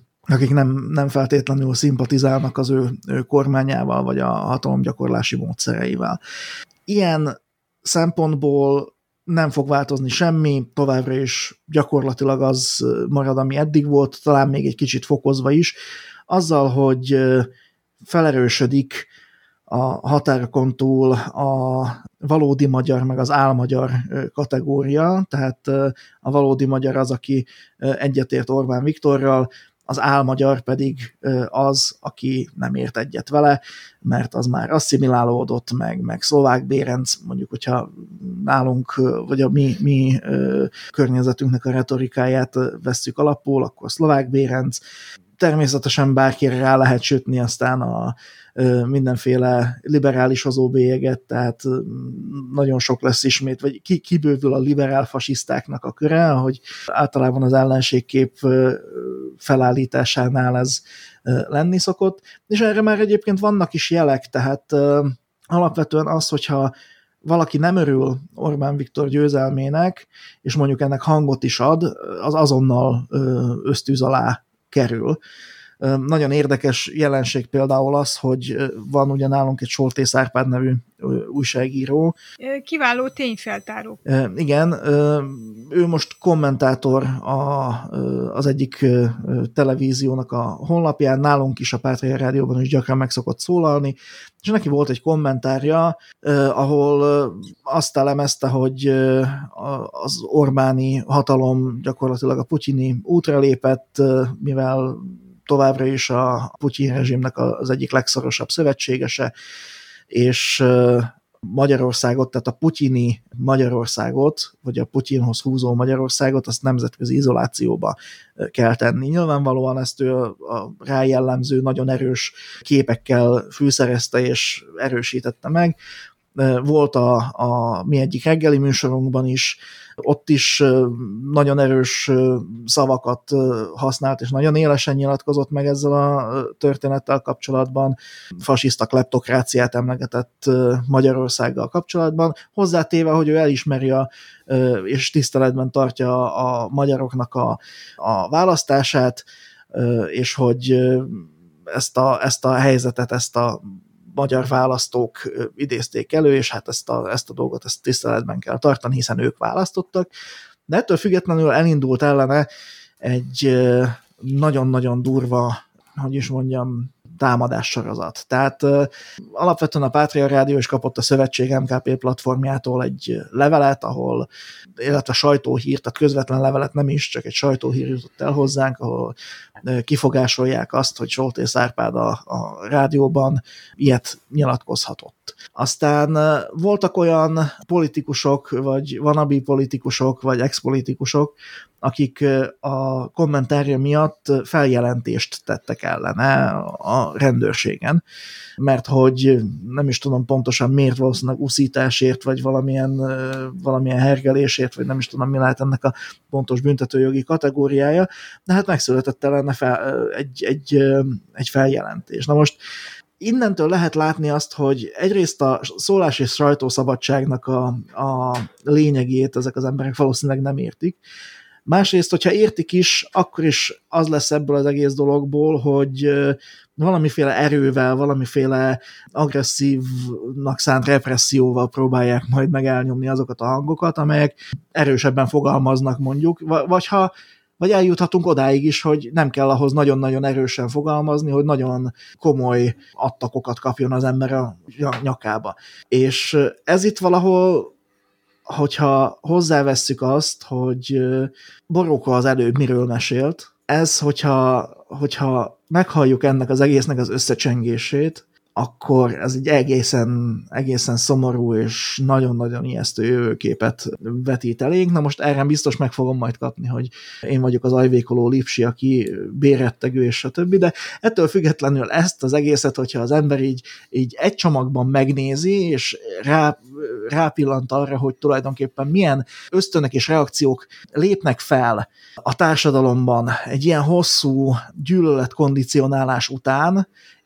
nem feltétlenül szimpatizálnak az ő kormányával, vagy a hatalomgyakorlási módszereivel. Ilyen szempontból nem fog változni semmi, továbbra is gyakorlatilag az marad, ami eddig volt, talán még egy kicsit fokozva is, azzal, hogy felerősödik a határokon túl a valódi magyar, meg az álmagyar kategória, tehát a valódi magyar az, aki egyetért Orbán Viktorral, az álmagyar pedig az, aki nem ért egyet vele, mert az már asszimilálódott, meg szlovák bérenc, mondjuk, hogyha nálunk, vagy a mi környezetünknek a retorikáját vesszük alapul, akkor szlovák bérenc. Természetesen bárkire rá lehet sütni aztán a mindenféle liberális hozóbélyeget, tehát nagyon sok lesz ismét, vagy kibővül a liberál fasisztáknak a köre, ahogy általában az ellenségkép felállításánál ez lenni szokott, és erre már egyébként vannak is jelek, tehát alapvetően az, hogyha valaki nem örül Orbán Viktor győzelmének, és mondjuk ennek hangot is ad, az azonnal ösztűz alá kerül. Nagyon érdekes jelenség például az, hogy van ugye nálunk egy Soltész Árpád nevű újságíró. Kiváló tényfeltáró. Igen, ő most kommentátor az egyik televíziónak a honlapján, nálunk is a Pátria Rádióban is gyakran meg szokott szólalni, és neki volt egy kommentárja, ahol azt elemezte, hogy az Orbáni hatalom gyakorlatilag a putyini útra lépett, mivel továbbra is a Putyin rezsimnek az egyik legszorosabb szövetségese, és Magyarországot, tehát a putyini Magyarországot, vagy a Putyinhoz húzó Magyarországot, azt nemzetközi izolációba kell tenni. Nyilvánvalóan ezt ő a rájellemző, nagyon erős képekkel fűszerezte és erősítette meg. Volt a mi egyik reggeli műsorunkban is, ott is nagyon erős szavakat használt, és nagyon élesen nyilatkozott meg ezzel a történettel kapcsolatban. Fasiszta kleptokráciát emlegetett Magyarországgal kapcsolatban, hozzátéve, hogy ő elismeri és tiszteletben tartja a magyaroknak a választását, és hogy ezt a helyzetet, ezt a magyar választók idézték elő, és hát ezt a dolgot tiszteletben kell tartani, hiszen ők választottak. De ettől függetlenül elindult ellene egy nagyon-nagyon durva, hogy is mondjam, támadássorozat. Tehát alapvetően a Pátria Rádió is kapott a Szövetség MKP platformjától egy levelet, illetve sajtóhír, tehát közvetlen levelet nem is, csak egy sajtóhír jutott el hozzánk, ahol kifogásolják azt, hogy Soltész Árpád a rádióban ilyet nyilatkozhatott. Aztán voltak olyan politikusok, vagy wannabe politikusok, vagy ex-politikusok, akik a kommentárja miatt feljelentést tettek ellene a rendőrségen, mert hogy nem is tudom pontosan miért, valószínűleg uszításért, vagy valamilyen hergelésért, vagy nem is tudom, mi lehet ennek a pontos büntetőjogi kategóriája, de hát megszületett ellene egy feljelentés. Na most innentől lehet látni azt, hogy egyrészt a szólás és sajtószabadságnak a lényegét ezek az emberek valószínűleg nem értik. Másrészt, hogyha értik is, akkor is az lesz ebből az egész dologból, hogy valamiféle erővel, valamiféle agresszívnak szánt represszióval próbálják majd meg elnyomni azokat a hangokat, amelyek erősebben fogalmaznak mondjuk, vagy eljuthatunk odáig is, hogy nem kell ahhoz nagyon-nagyon erősen fogalmazni, hogy nagyon komoly attakokat kapjon az ember a nyakába. És ez itt valahol, hogyha hozzávesszük azt, hogy Boróka az előbb miről mesélt, ez, hogyha meghalljuk ennek az egésznek az összecsengését, akkor ez egy egészen szomorú és nagyon-nagyon ijesztő jövőképet vetít elénk. Na most erre biztos meg fogom majd kapni, hogy én vagyok az ajvékoló lipsi, aki bérettegő és stb. De ettől függetlenül ezt az egészet, hogyha az ember így egy csomagban megnézi, és rápillant arra, hogy tulajdonképpen milyen ösztönök és reakciók lépnek fel a társadalomban egy ilyen hosszú gyűlöletkondicionálás után,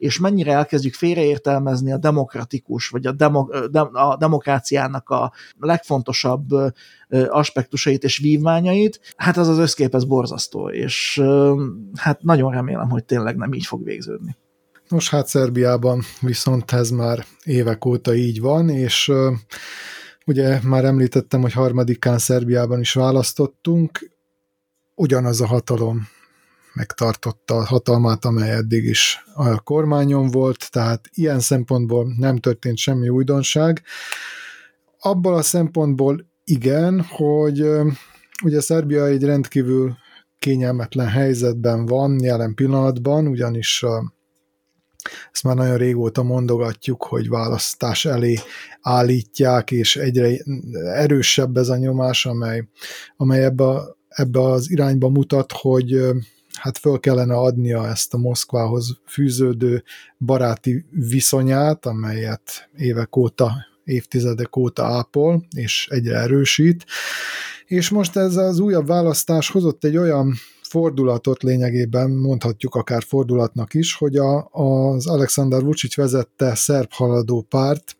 és mennyire elkezdjük félreértelmezni a demokratikus, vagy a demokráciának a legfontosabb aspektusait és vívmányait, hát az összkép ez borzasztó, és hát nagyon remélem, hogy tényleg nem így fog végződni. Nos, hát Szerbiában viszont ez már évek óta így van, és ugye már említettem, hogy 3-án Szerbiában is választottunk, ugyanaz a hatalom megtartotta a hatalmát, amely eddig is a kormányon volt, tehát ilyen szempontból nem történt semmi újdonság. Abból a szempontból igen, hogy ugye Szerbia egy rendkívül kényelmetlen helyzetben van jelen pillanatban, ugyanis ezt már nagyon régóta mondogatjuk, hogy választás elé állítják, és egyre erősebb ez a nyomás, amely ebbe az irányba mutat, hogy hát föl kellene adnia ezt a Moszkvához fűződő baráti viszonyát, amelyet évek óta, évtizedek óta ápol, és egyre erősít. És most ez az újabb választás hozott egy olyan fordulatot, lényegében mondhatjuk akár fordulatnak is, hogy az Aleksandar Vučić vezette szerb haladó párt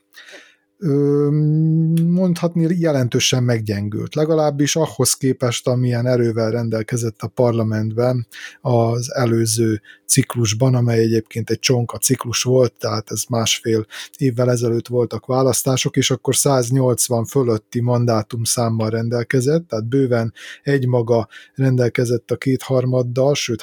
mondhatni jelentősen meggyengült. Legalábbis ahhoz képest, amilyen erővel rendelkezett a parlamentben az előző ciklusban, amely egyébként egy csonka ciklus volt, tehát ez 1,5 évvel ezelőtt voltak választások, és akkor 180 fölötti mandátumszámmal rendelkezett, tehát bőven egymaga rendelkezett a 2/3, sőt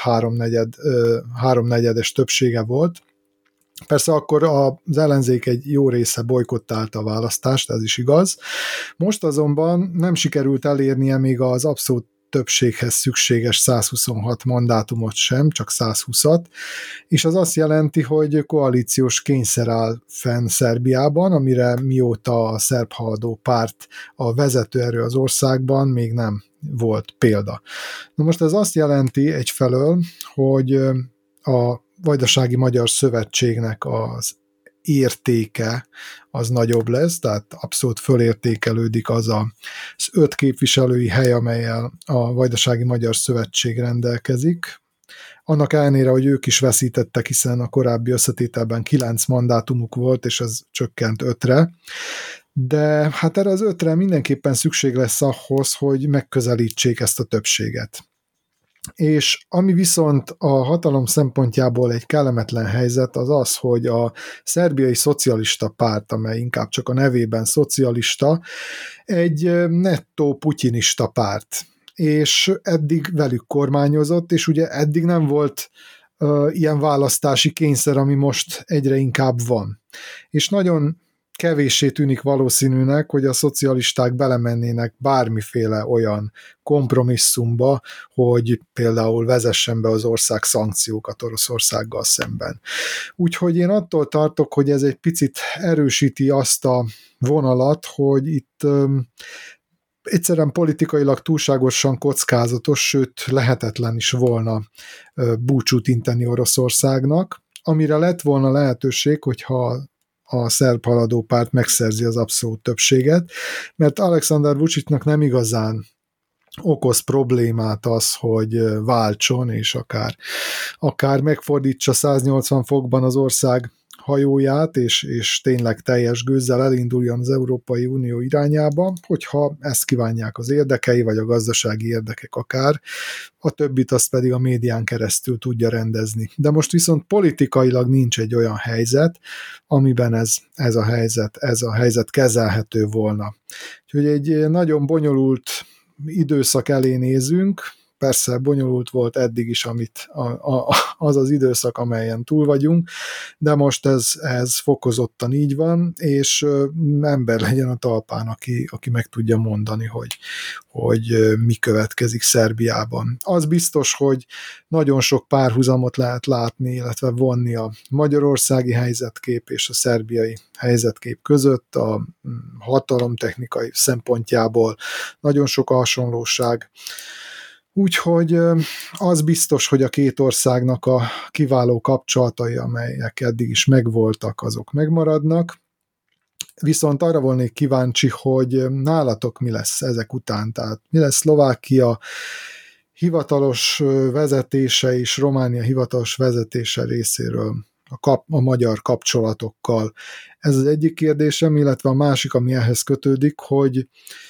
3/4 többsége volt. Persze akkor az ellenzék egy jó része bojkottálta a választást, ez is igaz. Most azonban nem sikerült elérnie még az abszolút többséghez szükséges 126 mandátumot sem, csak 120-at, és az azt jelenti, hogy koalíciós kényszer áll fenn Szerbiában, amire mióta a szerb haladó párt a vezetőerő az országban még nem volt példa. Na most ez azt jelenti egyfelől, hogy a Vajdasági Magyar Szövetségnek az értéke az nagyobb lesz, tehát abszolút fölértékelődik az 5 képviselői hely, amellyel a Vajdasági Magyar Szövetség rendelkezik. Annak ellenére, hogy ők is veszítettek, hiszen a korábbi összetételben 9 mandátumuk volt, és ez csökkent 5-re. De hát erre az 5-re mindenképpen szükség lesz ahhoz, hogy megközelítsék ezt a többséget. És ami viszont a hatalom szempontjából egy kellemetlen helyzet, az az, hogy a szerbiai szocialista párt, amely inkább csak a nevében szocialista, egy nettó putyinista párt, és eddig velük kormányozott, és ugye eddig nem volt ilyen választási kényszer, ami most egyre inkább van. És nagyon kevéssé tűnik valószínűnek, hogy a szocialisták belemennének bármiféle olyan kompromisszumba, hogy például vezessen be az ország szankciókat Oroszországgal szemben. Úgyhogy én attól tartok, hogy ez egy picit erősíti azt a vonalat, hogy itt egyszerűen politikailag túlságosan kockázatos, sőt lehetetlen is volna búcsút inteni Oroszországnak, amire lett volna lehetőség, hogyha a szerb haladó párt megszerzi az abszolút többséget, mert Aleksandar Vučićnak nem igazán okoz problémát az, hogy váltson, és akár megfordítsa 180 fokban az ország hajóját, és tényleg teljes gőzzel elinduljon az Európai Unió irányába, hogyha ezt kívánják az érdekei, vagy a gazdasági érdekek akár, a többit azt pedig a médián keresztül tudja rendezni. De most viszont politikailag nincs egy olyan helyzet, amiben ez a helyzet kezelhető volna. Úgyhogy egy nagyon bonyolult időszak elé nézünk, persze bonyolult volt eddig is, az az időszak, amelyen túl vagyunk, de most ez fokozottan így van, és ember legyen a talpán, aki meg tudja mondani, hogy mi következik Szerbiában. Az biztos, hogy nagyon sok párhuzamot lehet látni, illetve vonni a magyarországi helyzetkép és a szerbiai helyzetkép között, a hatalomtechnikai szempontjából nagyon sok a hasonlóság. Úgyhogy az biztos, hogy a két országnak a kiváló kapcsolatai, amelyek eddig is megvoltak, azok megmaradnak. Viszont arra volnék kíváncsi, hogy nálatok mi lesz ezek után, tehát mi lesz Szlovákia hivatalos vezetése és Románia hivatalos vezetése részéről a magyar kapcsolatokkal. Ez az egyik kérdésem, illetve a másik, ami ehhez kötődik, hogy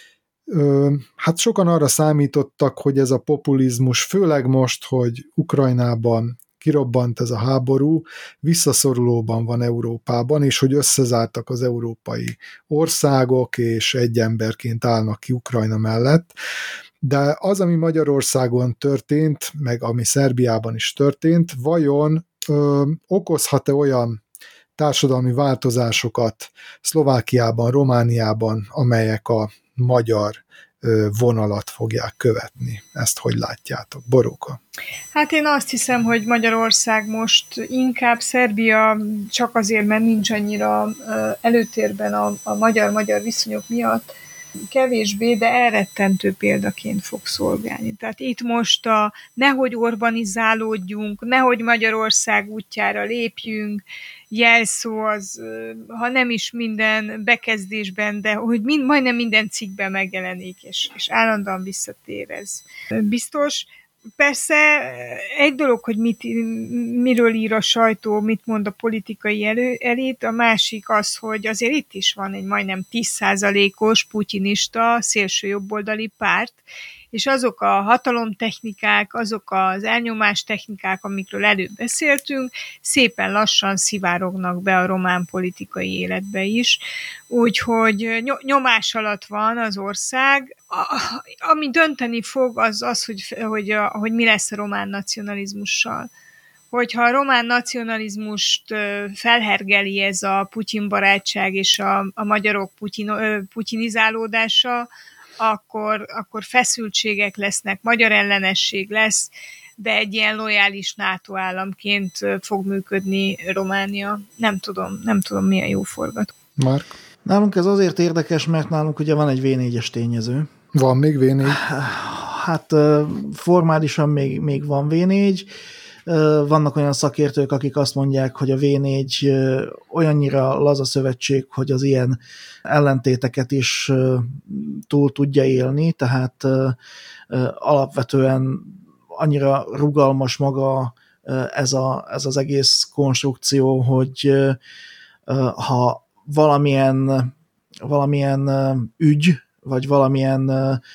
hát sokan arra számítottak, hogy ez a populizmus, főleg most, hogy Ukrajnában kirobbant ez a háború, visszaszorulóban van Európában, és hogy összezártak az európai országok, és egy emberként állnak ki Ukrajna mellett. De az, ami Magyarországon történt, meg ami Szerbiában is történt, vajon okozhat-e olyan társadalmi változásokat Szlovákiában, Romániában, amelyek a magyar vonalat fogják követni? Ezt hogy látjátok? Boróka? Hát én azt hiszem, hogy Magyarország most inkább, Szerbia csak azért, mert nincs annyira előtérben a magyar-magyar viszonyok miatt, kevésbé, de elrettentő példaként fog szolgálni. Tehát itt most nehogy urbanizálódjunk, nehogy Magyarország útjára lépjünk, jelszó az, ha nem is minden bekezdésben, de hogy majdnem minden cikkben megjelenik, és állandóan visszatér ez. Biztos. Persze egy dolog, hogy miről ír a sajtó, mit mond a politikai elit, a másik az, hogy azért itt is van egy majdnem 10%-os putyinista szélsőjobboldali párt, és azok a hatalomtechnikák, azok az elnyomás technikák, amikről előbb beszéltünk, szépen lassan szivárognak be a román politikai életbe is. Úgyhogy nyomás alatt van az ország. Ami dönteni fog, az hogy mi lesz a román nacionalizmussal. Hogyha a román nacionalizmust felhergeli ez a Putyin barátság és a magyarok putyinizálódása, akkor feszültségek lesznek, magyar ellenesség lesz, de egy ilyen lojális NATO államként fog működni Románia. Nem tudom milyen jó forgat. Mark? Nálunk ez azért érdekes, mert nálunk ugye van egy V4-es tényező. Van még V4? Hát formálisan még van V4. Vannak olyan szakértők, akik azt mondják, hogy a V4 olyannyira laza szövetség, hogy az ilyen ellentéteket is túl tudja élni, tehát alapvetően annyira rugalmas maga ez az egész konstrukció, hogy ha valamilyen ügy, vagy valamilyen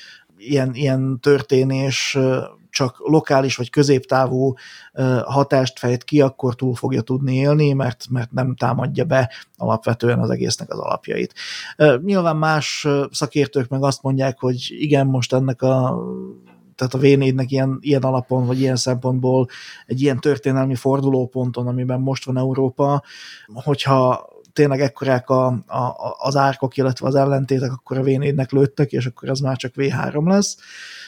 ilyen történés csak lokális vagy középtávú hatást fejt ki, akkor túl fogja tudni élni, mert nem támadja be alapvetően az egésznek az alapjait. Nyilván más szakértők meg azt mondják, hogy igen, most tehát a V4-nek ilyen alapon, vagy ilyen szempontból egy ilyen történelmi fordulóponton, amiben most van Európa, hogyha tényleg ekkorák az árkok, illetve az ellentétek, akkor a V4-nek lőttek, és akkor az már csak V3 lesz.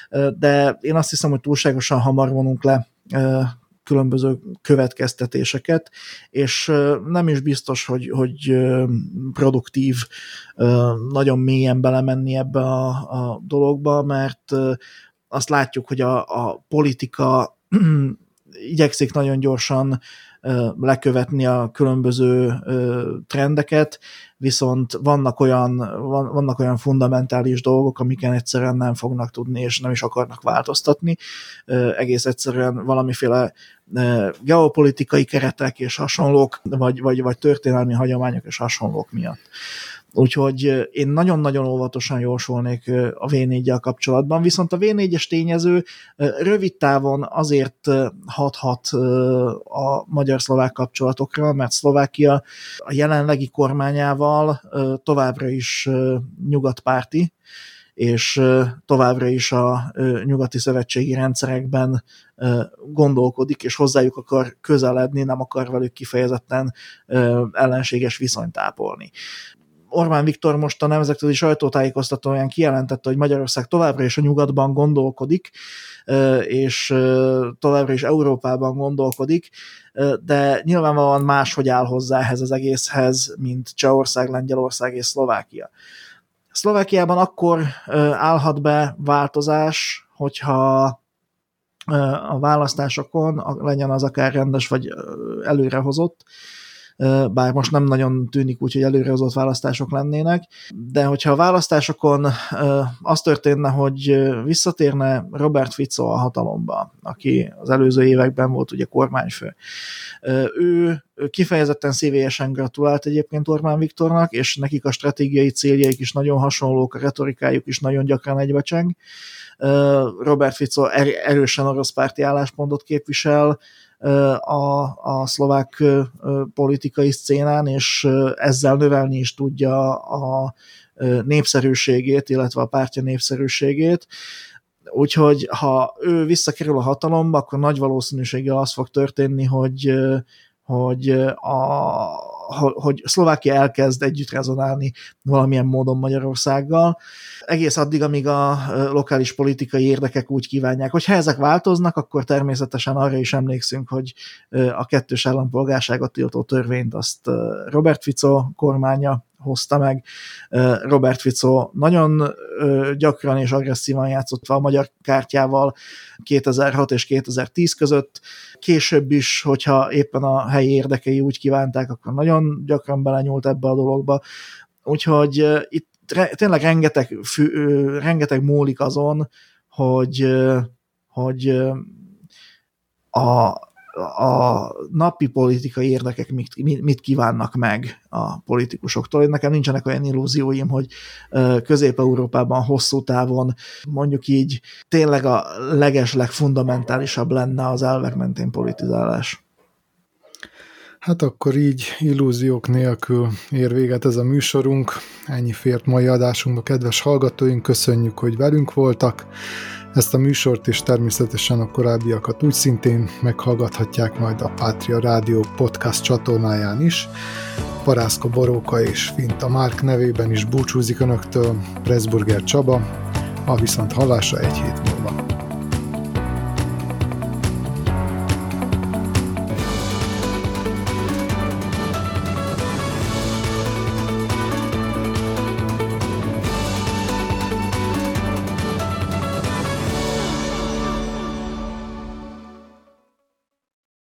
De én azt hiszem, hogy túlságosan hamar vonunk le különböző következtetéseket, és nem is biztos, hogy produktív nagyon mélyen belemenni ebbe a dologba, mert azt látjuk, hogy a politika igyekszik nagyon gyorsan lekövetni a különböző trendeket, viszont vannak olyan fundamentális dolgok, amiken egyszerűen nem fognak tudni, és nem is akarnak változtatni. Egész egyszerűen valamiféle geopolitikai keretek és hasonlók, vagy történelmi hagyományok és hasonlók miatt. Úgyhogy én nagyon-nagyon óvatosan jósolnék a V4-jel kapcsolatban, viszont a V4-es tényező rövid távon azért hathat a magyar-szlovák kapcsolatokra, mert Szlovákia a jelenlegi kormányával továbbra is nyugatpárti, és továbbra is a nyugati szövetségi rendszerekben gondolkodik, és hozzájuk akar közeledni, nem akar velük kifejezetten ellenséges viszonyt ápolni. Orbán Viktor most a nemzetközi sajtótájékoztatóján kijelentette, hogy Magyarország továbbra is a nyugatban gondolkodik, és továbbra is Európában gondolkodik, de nyilvánvalóan máshogy áll hozzá ehhez az egészhez, mint Csehország, Lengyelország és Szlovákia. Szlovákiában akkor állhat be változás, hogyha a választásokon, legyen az akár rendes vagy előrehozott, bár most nem nagyon tűnik úgy, hogy előrehozott választások lennének, de hogyha a választásokon az történne, hogy visszatérne Robert Fico a hatalomba, aki az előző években volt ugye kormányfő, ő kifejezetten szívélyesen gratulált egyébként Orbán Viktornak, és nekik a stratégiai céljaik is nagyon hasonlók, a retorikájuk is nagyon gyakran egybecseng. Robert Fico erősen orosz párti álláspontot képvisel a szlovák politikai szcénán, és ezzel növelni is tudja a népszerűségét, illetve a pártja népszerűségét. Úgyhogy ha ő visszakerül a hatalomba, akkor nagy valószínűséggel az fog történni, hogy Szlovákia elkezd együtt rezonálni valamilyen módon Magyarországgal, egész addig, amíg a lokális politikai érdekek úgy kívánják. Hogyha ezek változnak, akkor természetesen arra is emlékszünk, hogy a kettős állampolgárságot tiltó törvényt azt Robert Fico kormánya hozta meg. Robert Fico nagyon gyakran és agresszívan játszott a magyar kártyával 2006 és 2010 között. Később is, hogyha éppen a helyi érdekei úgy kívánták, akkor nagyon gyakran belenyúlt ebbe a dologba. Úgyhogy itt tényleg rengeteg múlik azon, hogy a napi politikai érdekek mit kívánnak meg a politikusoktól. Nekem nincsenek olyan illúzióim, hogy Közép-Európában hosszú távon mondjuk így tényleg a legfundamentálisabb lenne az elvek mentén politizálás. Hát akkor így illúziók nélkül ér véget ez a műsorunk. Ennyi fért mai adásunkba, kedves hallgatóink, köszönjük, hogy velünk voltak. Ezt a műsort és természetesen a korábbiakat úgy szintén meghallgathatják majd a Pátria Rádió podcast csatornáján is. Parászka Boróka és Finta Márk nevében is búcsúzik önöktől Pressburger Csaba, a viszonthallásra egy hét múlva.